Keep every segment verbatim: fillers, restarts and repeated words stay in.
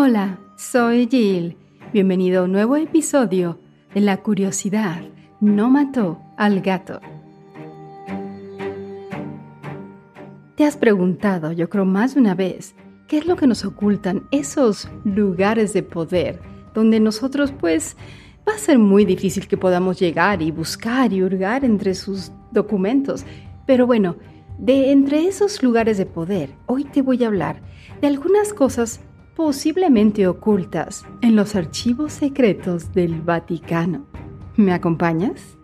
Hola, soy Jill. Bienvenido a un nuevo episodio de La curiosidad no mató al gato. ¿Te has preguntado, yo creo más de una vez, qué es lo que nos ocultan esos lugares de poder donde nosotros, pues, va a ser muy difícil que podamos llegar y buscar y hurgar entre sus documentos? Pero bueno, de entre esos lugares de poder, hoy te voy a hablar de algunas cosas posiblemente ocultas en los archivos secretos del Vaticano. ¿Me acompañas?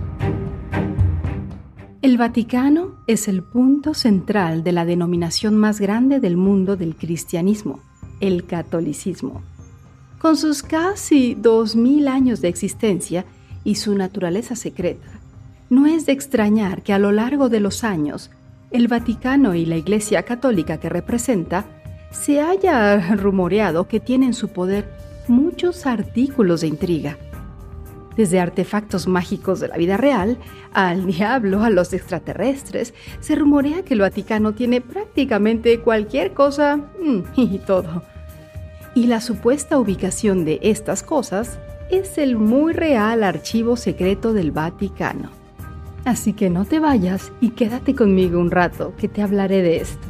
El Vaticano es el punto central de la denominación más grande del mundo del cristianismo, el catolicismo. Con sus casi dos mil años de existencia y su naturaleza secreta, no es de extrañar que a lo largo de los años, el Vaticano y la Iglesia Católica que representa se haya rumoreado que tiene en su poder muchos artículos de intriga. Desde artefactos mágicos de la vida real, al diablo, a los extraterrestres, se rumorea que el Vaticano tiene prácticamente cualquier cosa y todo. Y la supuesta ubicación de estas cosas es el muy real archivo secreto del Vaticano. Así que no te vayas y quédate conmigo un rato, que te hablaré de esto.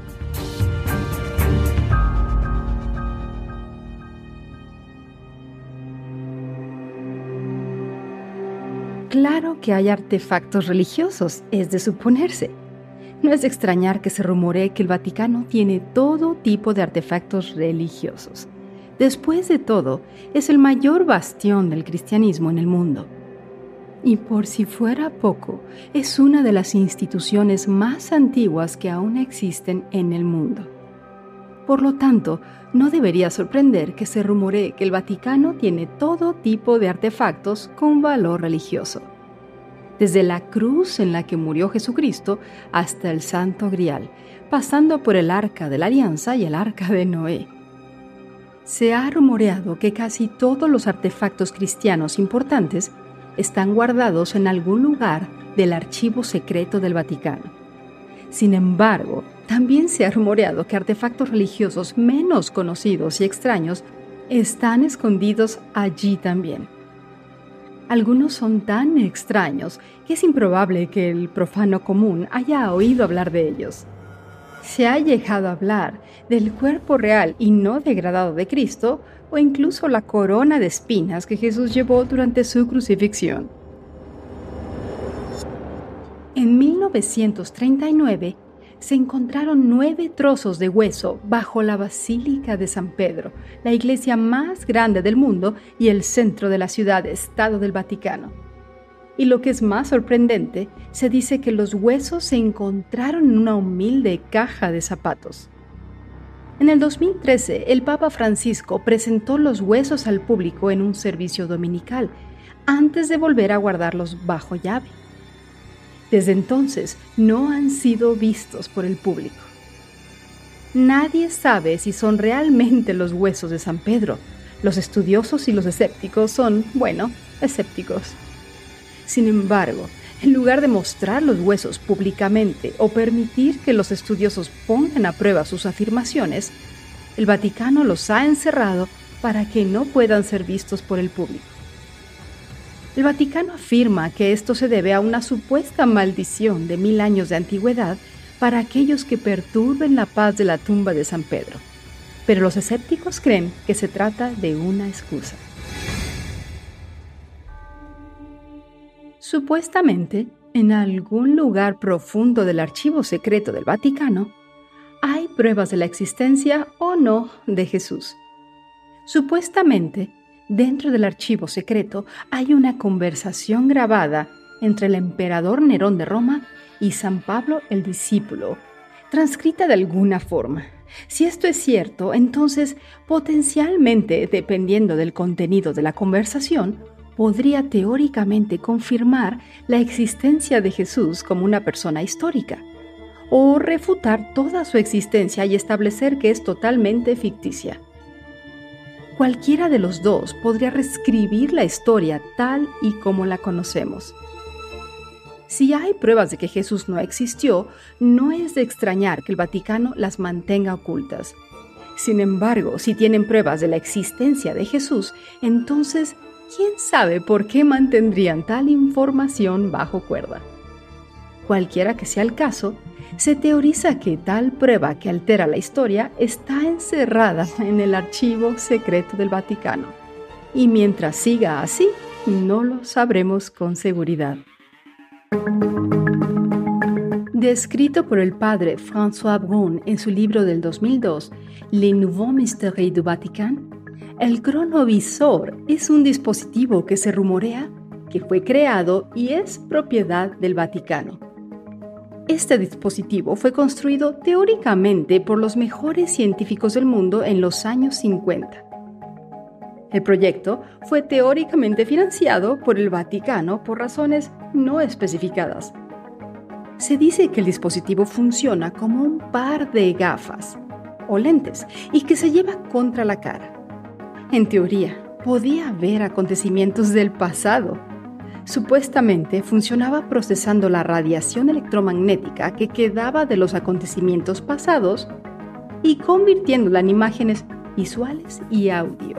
Claro que hay artefactos religiosos, es de suponerse. No es de extrañar que se rumoree que el Vaticano tiene todo tipo de artefactos religiosos. Después de todo, es el mayor bastión del cristianismo en el mundo. Y por si fuera poco, es una de las instituciones más antiguas que aún existen en el mundo. Por lo tanto, no debería sorprender que se rumoree que el Vaticano tiene todo tipo de artefactos con valor religioso. Desde la cruz en la que murió Jesucristo hasta el Santo Grial, pasando por el Arca de la Alianza y el Arca de Noé. Se ha rumoreado que casi todos los artefactos cristianos importantes están guardados en algún lugar del archivo secreto del Vaticano. Sin embargo, también se ha rumoreado que artefactos religiosos menos conocidos y extraños están escondidos allí también. Algunos son tan extraños que es improbable que el profano común haya oído hablar de ellos. Se ha llegado a hablar del cuerpo real y no degradado de Cristo o incluso la corona de espinas que Jesús llevó durante su crucifixión. En mil novecientos treinta y nueve se encontraron nueve trozos de hueso bajo la Basílica de San Pedro, la iglesia más grande del mundo y el centro de la ciudad-estado del Vaticano. Y lo que es más sorprendente, se dice que los huesos se encontraron en una humilde caja de zapatos. En el dos mil trece, el Papa Francisco presentó los huesos al público en un servicio dominical, antes de volver a guardarlos bajo llave. Desde entonces no han sido vistos por el público. Nadie sabe si son realmente los huesos de San Pedro. Los estudiosos y los escépticos son, bueno, escépticos. Sin embargo, en lugar de mostrar los huesos públicamente o permitir que los estudiosos pongan a prueba sus afirmaciones, el Vaticano los ha encerrado para que no puedan ser vistos por el público. El Vaticano afirma que esto se debe a una supuesta maldición de mil años de antigüedad para aquellos que perturben la paz de la tumba de San Pedro. Pero los escépticos creen que se trata de una excusa. Supuestamente, en algún lugar profundo del archivo secreto del Vaticano, hay pruebas de la existencia o no de Jesús. Supuestamente, dentro del archivo secreto hay una conversación grabada entre el emperador Nerón de Roma y San Pablo el discípulo, transcrita de alguna forma. Si esto es cierto, entonces, potencialmente, dependiendo del contenido de la conversación, podría teóricamente confirmar la existencia de Jesús como una persona histórica, o refutar toda su existencia y establecer que es totalmente ficticia. Cualquiera de los dos podría reescribir la historia tal y como la conocemos. Si hay pruebas de que Jesús no existió, no es de extrañar que el Vaticano las mantenga ocultas. Sin embargo, si tienen pruebas de la existencia de Jesús, entonces, ¿quién sabe por qué mantendrían tal información bajo cuerda? Cualquiera que sea el caso, se teoriza que tal prueba que altera la historia está encerrada en el archivo secreto del Vaticano. Y mientras siga así, no lo sabremos con seguridad. Descrito por el padre François Brun en su libro del dos mil dos, Les Nouveaux Mystères du Vatican, el cronovisor es un dispositivo que se rumorea que fue creado y es propiedad del Vaticano. Este dispositivo fue construido teóricamente por los mejores científicos del mundo en los años cincuenta. El proyecto fue teóricamente financiado por el Vaticano por razones no especificadas. Se dice que el dispositivo funciona como un par de gafas o lentes y que se lleva contra la cara. En teoría, podía ver acontecimientos del pasado. Supuestamente funcionaba procesando la radiación electromagnética que quedaba de los acontecimientos pasados y convirtiéndola en imágenes visuales y audio.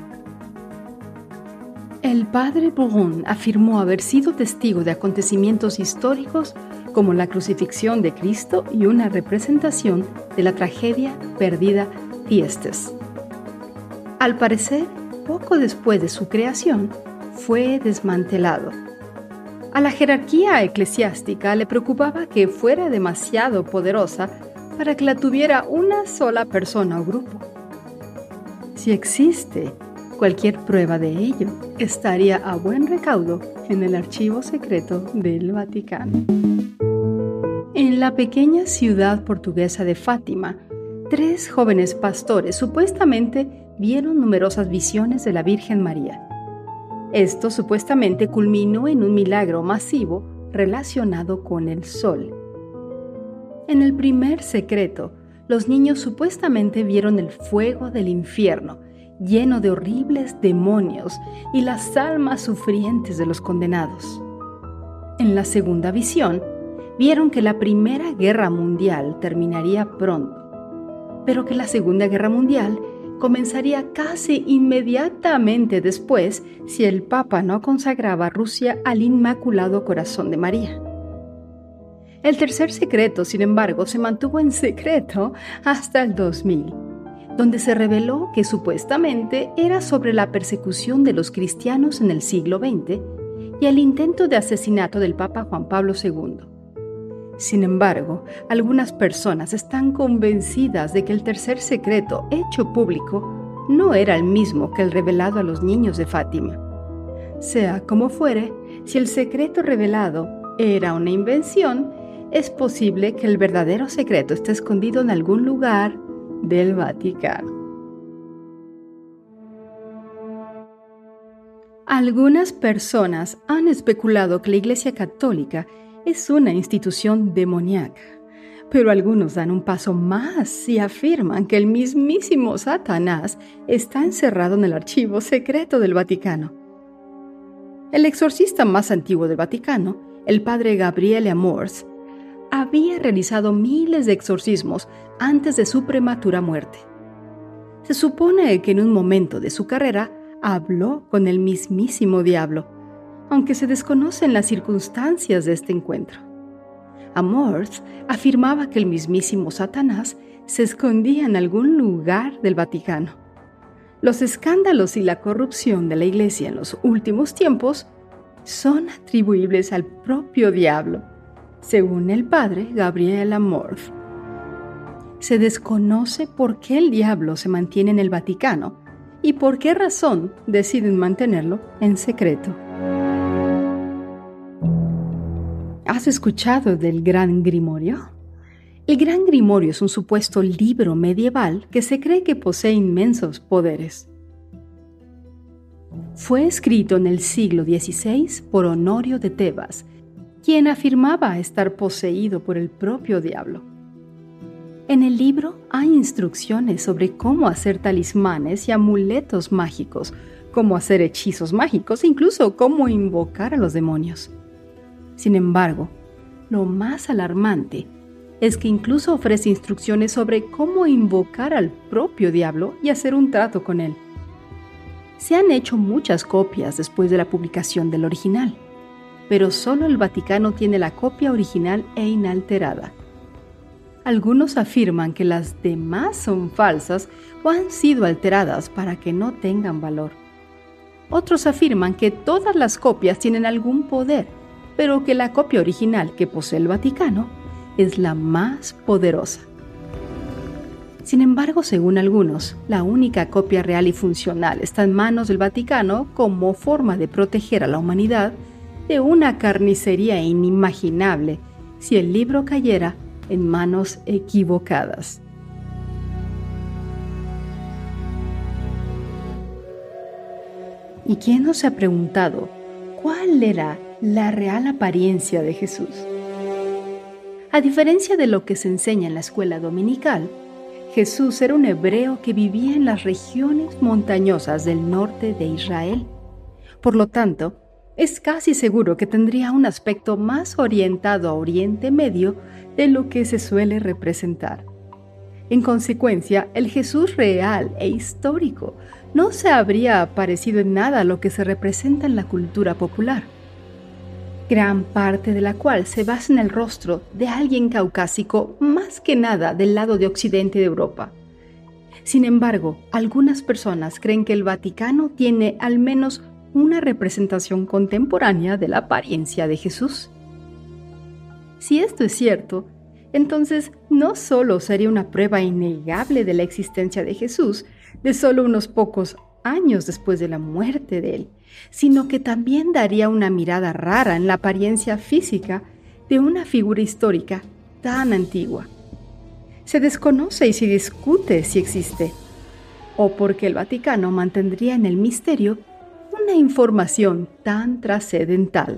El padre Brun afirmó haber sido testigo de acontecimientos históricos como la crucifixión de Cristo y una representación de la tragedia perdida Thyestes. Al parecer, poco después de su creación, fue desmantelado. A la jerarquía eclesiástica le preocupaba que fuera demasiado poderosa para que la tuviera una sola persona o grupo. Si existe cualquier prueba de ello, estaría a buen recaudo en el archivo secreto del Vaticano. En la pequeña ciudad portuguesa de Fátima, tres jóvenes pastores supuestamente vieron numerosas visiones de la Virgen María. Esto supuestamente culminó en un milagro masivo relacionado con el sol. En el primer secreto, los niños supuestamente vieron el fuego del infierno, lleno de horribles demonios y las almas sufrientes de los condenados. En la segunda visión, vieron que la Primera Guerra Mundial terminaría pronto, pero que la Segunda Guerra Mundial comenzaría casi inmediatamente después si el Papa no consagraba a Rusia al Inmaculado Corazón de María. El tercer secreto, sin embargo, se mantuvo en secreto hasta el dos mil, donde se reveló que supuestamente era sobre la persecución de los cristianos en el siglo veinte y el intento de asesinato del Papa Juan Pablo segundo. Sin embargo, algunas personas están convencidas de que el tercer secreto hecho público no era el mismo que el revelado a los niños de Fátima. Sea como fuere, si el secreto revelado era una invención, es posible que el verdadero secreto esté escondido en algún lugar del Vaticano. Algunas personas han especulado que la Iglesia Católica es una institución demoníaca, pero algunos dan un paso más y afirman que el mismísimo Satanás está encerrado en el archivo secreto del Vaticano. El exorcista más antiguo del Vaticano, el padre Gabriele Amorth, había realizado miles de exorcismos antes de su prematura muerte. Se supone que en un momento de su carrera habló con el mismísimo diablo, aunque se desconocen las circunstancias de este encuentro. Amorth afirmaba que el mismísimo Satanás se escondía en algún lugar del Vaticano. Los escándalos y la corrupción de la Iglesia en los últimos tiempos son atribuibles al propio diablo, según el padre Gabriele Amorth. Se desconoce por qué el diablo se mantiene en el Vaticano y por qué razón deciden mantenerlo en secreto. ¿Has escuchado del Gran Grimorio? El Gran Grimorio es un supuesto libro medieval que se cree que posee inmensos poderes. Fue escrito en el siglo dieciséis por Honorio de Tebas, quien afirmaba estar poseído por el propio diablo. En el libro hay instrucciones sobre cómo hacer talismanes y amuletos mágicos, cómo hacer hechizos mágicos e incluso cómo invocar a los demonios. Sin embargo, lo más alarmante es que incluso ofrece instrucciones sobre cómo invocar al propio diablo y hacer un trato con él. Se han hecho muchas copias después de la publicación del original, pero solo el Vaticano tiene la copia original e inalterada. Algunos afirman que las demás son falsas o han sido alteradas para que no tengan valor. Otros afirman que todas las copias tienen algún poder, pero que la copia original que posee el Vaticano es la más poderosa. Sin embargo, según algunos, la única copia real y funcional está en manos del Vaticano como forma de proteger a la humanidad de una carnicería inimaginable si el libro cayera en manos equivocadas. ¿Y quién no se ha preguntado cuál era la real apariencia de Jesús? A diferencia de lo que se enseña en la escuela dominical, Jesús era un hebreo que vivía en las regiones montañosas del norte de Israel. Por lo tanto, es casi seguro que tendría un aspecto más orientado a Oriente Medio de lo que se suele representar. En consecuencia, el Jesús real e histórico no se habría parecido en nada a lo que se representa en la cultura popular, gran parte de la cual se basa en el rostro de alguien caucásico más que nada del lado de Occidente de Europa. Sin embargo, algunas personas creen que el Vaticano tiene al menos una representación contemporánea de la apariencia de Jesús. Si esto es cierto, entonces no solo sería una prueba innegable de la existencia de Jesús de solo unos pocos años después de la muerte de él, sino que también daría una mirada rara en la apariencia física de una figura histórica tan antigua. Se desconoce y se discute si existe, o porque el Vaticano mantendría en el misterio una información tan trascendental.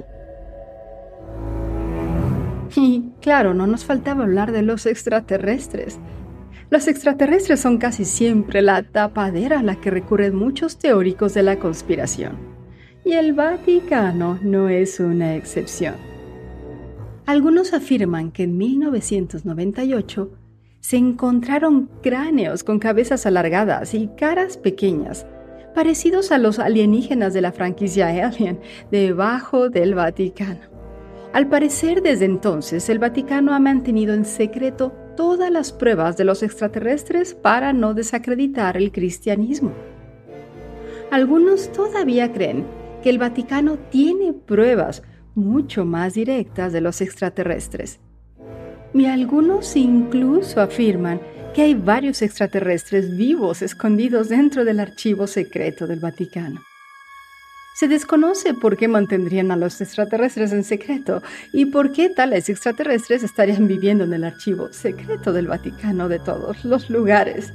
Y claro, no nos faltaba hablar de los extraterrestres. Los extraterrestres son casi siempre la tapadera a la que recurren muchos teóricos de la conspiración. Y el Vaticano no es una excepción. Algunos afirman que en mil novecientos noventa y ocho se encontraron cráneos con cabezas alargadas y caras pequeñas, parecidos a los alienígenas de la franquicia Alien, debajo del Vaticano. Al parecer, desde entonces, el Vaticano ha mantenido en secreto todas las pruebas de los extraterrestres para no desacreditar el cristianismo. Algunos todavía creen que el Vaticano tiene pruebas mucho más directas de los extraterrestres. Y algunos incluso afirman que hay varios extraterrestres vivos escondidos dentro del archivo secreto del Vaticano. Se desconoce por qué mantendrían a los extraterrestres en secreto y por qué tales extraterrestres estarían viviendo en el archivo secreto del Vaticano de todos los lugares.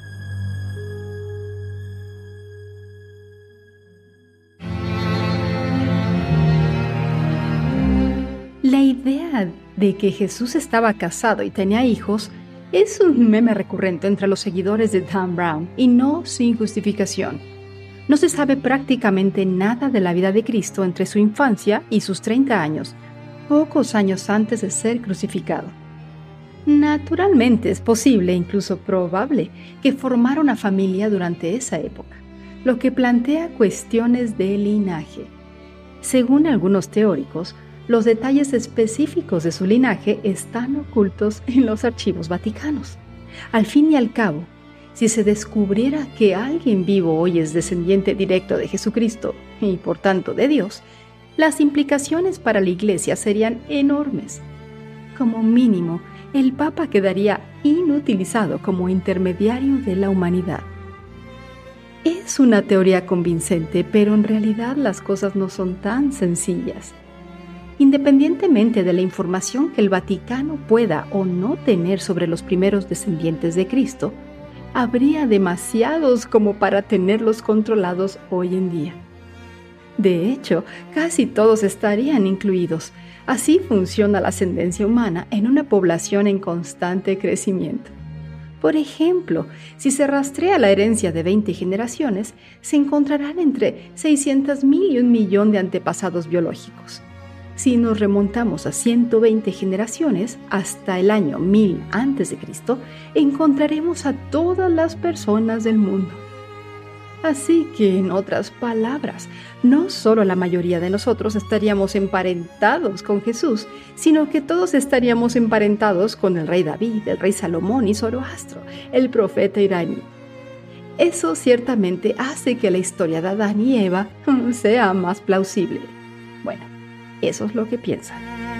La idea de que Jesús estaba casado y tenía hijos es un meme recurrente entre los seguidores de Dan Brown y no sin justificación. No se sabe prácticamente nada de la vida de Cristo entre su infancia y sus treinta años, pocos años antes de ser crucificado. Naturalmente es posible, incluso probable, que formara una familia durante esa época, lo que plantea cuestiones de linaje. Según algunos teóricos, los detalles específicos de su linaje están ocultos en los archivos vaticanos. Al fin y al cabo, si se descubriera que alguien vivo hoy es descendiente directo de Jesucristo y por tanto de Dios, las implicaciones para la Iglesia serían enormes. Como mínimo, el Papa quedaría inutilizado como intermediario de la humanidad. Es una teoría convincente, pero en realidad las cosas no son tan sencillas. Independientemente de la información que el Vaticano pueda o no tener sobre los primeros descendientes de Cristo, habría demasiados como para tenerlos controlados hoy en día. De hecho, casi todos estarían incluidos. Así funciona la ascendencia humana en una población en constante crecimiento. Por ejemplo, si se rastrea la herencia de veinte generaciones, se encontrarán entre seiscientos mil y un millón de antepasados biológicos. Si nos remontamos a ciento veinte generaciones, hasta el año mil antes de Cristo, encontraremos a todas las personas del mundo. Así que, en otras palabras, no solo la mayoría de nosotros estaríamos emparentados con Jesús, sino que todos estaríamos emparentados con el rey David, el rey Salomón y Zoroastro, el profeta iraní. Eso ciertamente hace que la historia de Adán y Eva sea más plausible. Bueno, eso es lo que piensan.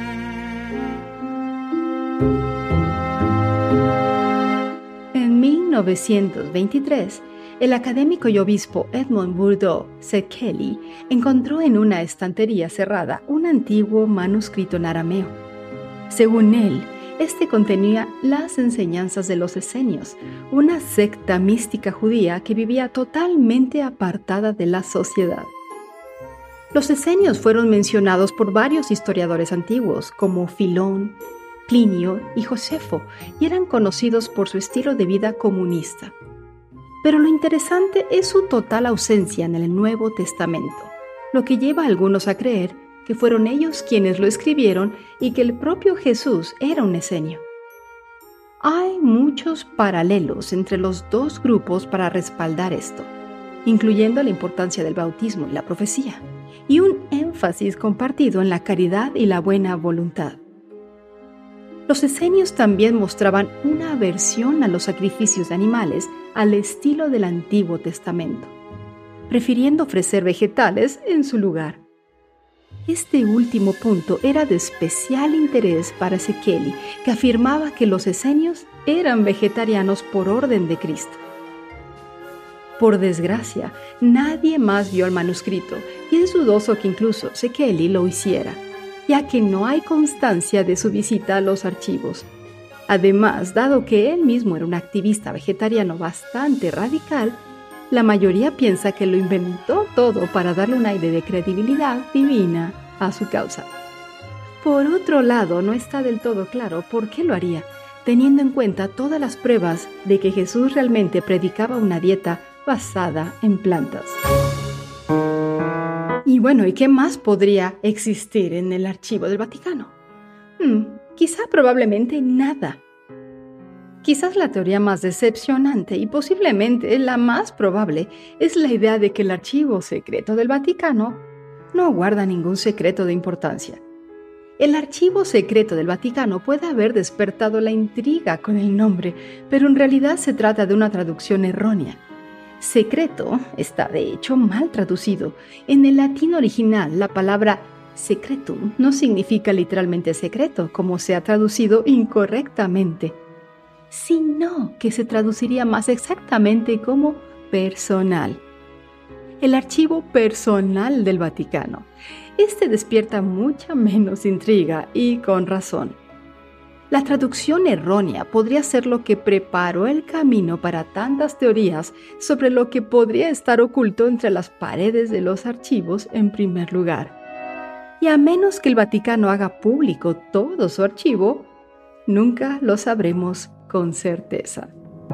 En mil novecientos veintitrés, el académico y obispo Edmond Bourdeau Szekely encontró en una estantería cerrada un antiguo manuscrito en arameo. Según él, este contenía las enseñanzas de los esenios, una secta mística judía que vivía totalmente apartada de la sociedad. Los esenios fueron mencionados por varios historiadores antiguos, como Filón, Plinio y Josefo, y eran conocidos por su estilo de vida comunista. Pero lo interesante es su total ausencia en el Nuevo Testamento, lo que lleva a algunos a creer que fueron ellos quienes lo escribieron y que el propio Jesús era un esenio. Hay muchos paralelos entre los dos grupos para respaldar esto, incluyendo la importancia del bautismo y la profecía, y un énfasis compartido en la caridad y la buena voluntad. Los esenios también mostraban una aversión a los sacrificios de animales al estilo del Antiguo Testamento, prefiriendo ofrecer vegetales en su lugar. Este último punto era de especial interés para Szekely, que afirmaba que los esenios eran vegetarianos por orden de Cristo. Por desgracia, nadie más vio el manuscrito y es dudoso que incluso Szekely lo hiciera, ya que no hay constancia de su visita a los archivos. Además, dado que él mismo era un activista vegetariano bastante radical, la mayoría piensa que lo inventó todo para darle un aire de credibilidad divina a su causa. Por otro lado, no está del todo claro por qué lo haría, teniendo en cuenta todas las pruebas de que Jesús realmente predicaba una dieta basada en plantas. Y bueno, ¿y qué más podría existir en el archivo del Vaticano? Hmm, quizá probablemente nada. Quizás la teoría más decepcionante y posiblemente la más probable es la idea de que el archivo secreto del Vaticano no guarda ningún secreto de importancia. El archivo secreto del Vaticano puede haber despertado la intriga con el nombre, pero en realidad se trata de una traducción errónea. Secreto está de hecho mal traducido. En el latín original, la palabra secretum no significa literalmente secreto, como se ha traducido incorrectamente, sino que se traduciría más exactamente como personal. El archivo personal del Vaticano. Este despierta mucha menos intriga y con razón. La traducción errónea podría ser lo que preparó el camino para tantas teorías sobre lo que podría estar oculto entre las paredes de los archivos en primer lugar. Y a menos que el Vaticano haga público todo su archivo, nunca lo sabremos con certeza.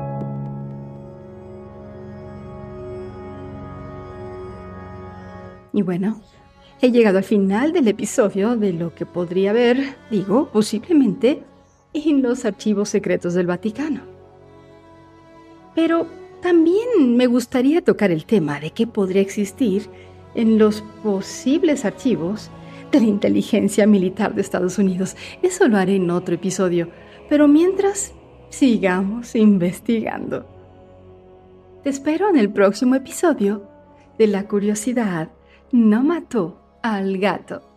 Y bueno, he llegado al final del episodio de lo que podría haber, digo, posiblemente, en los archivos secretos del Vaticano. Pero también me gustaría tocar el tema de qué podría existir en los posibles archivos de la inteligencia militar de Estados Unidos. Eso lo haré en otro episodio, pero mientras, sigamos investigando. Te espero en el próximo episodio de La curiosidad no mató al gato.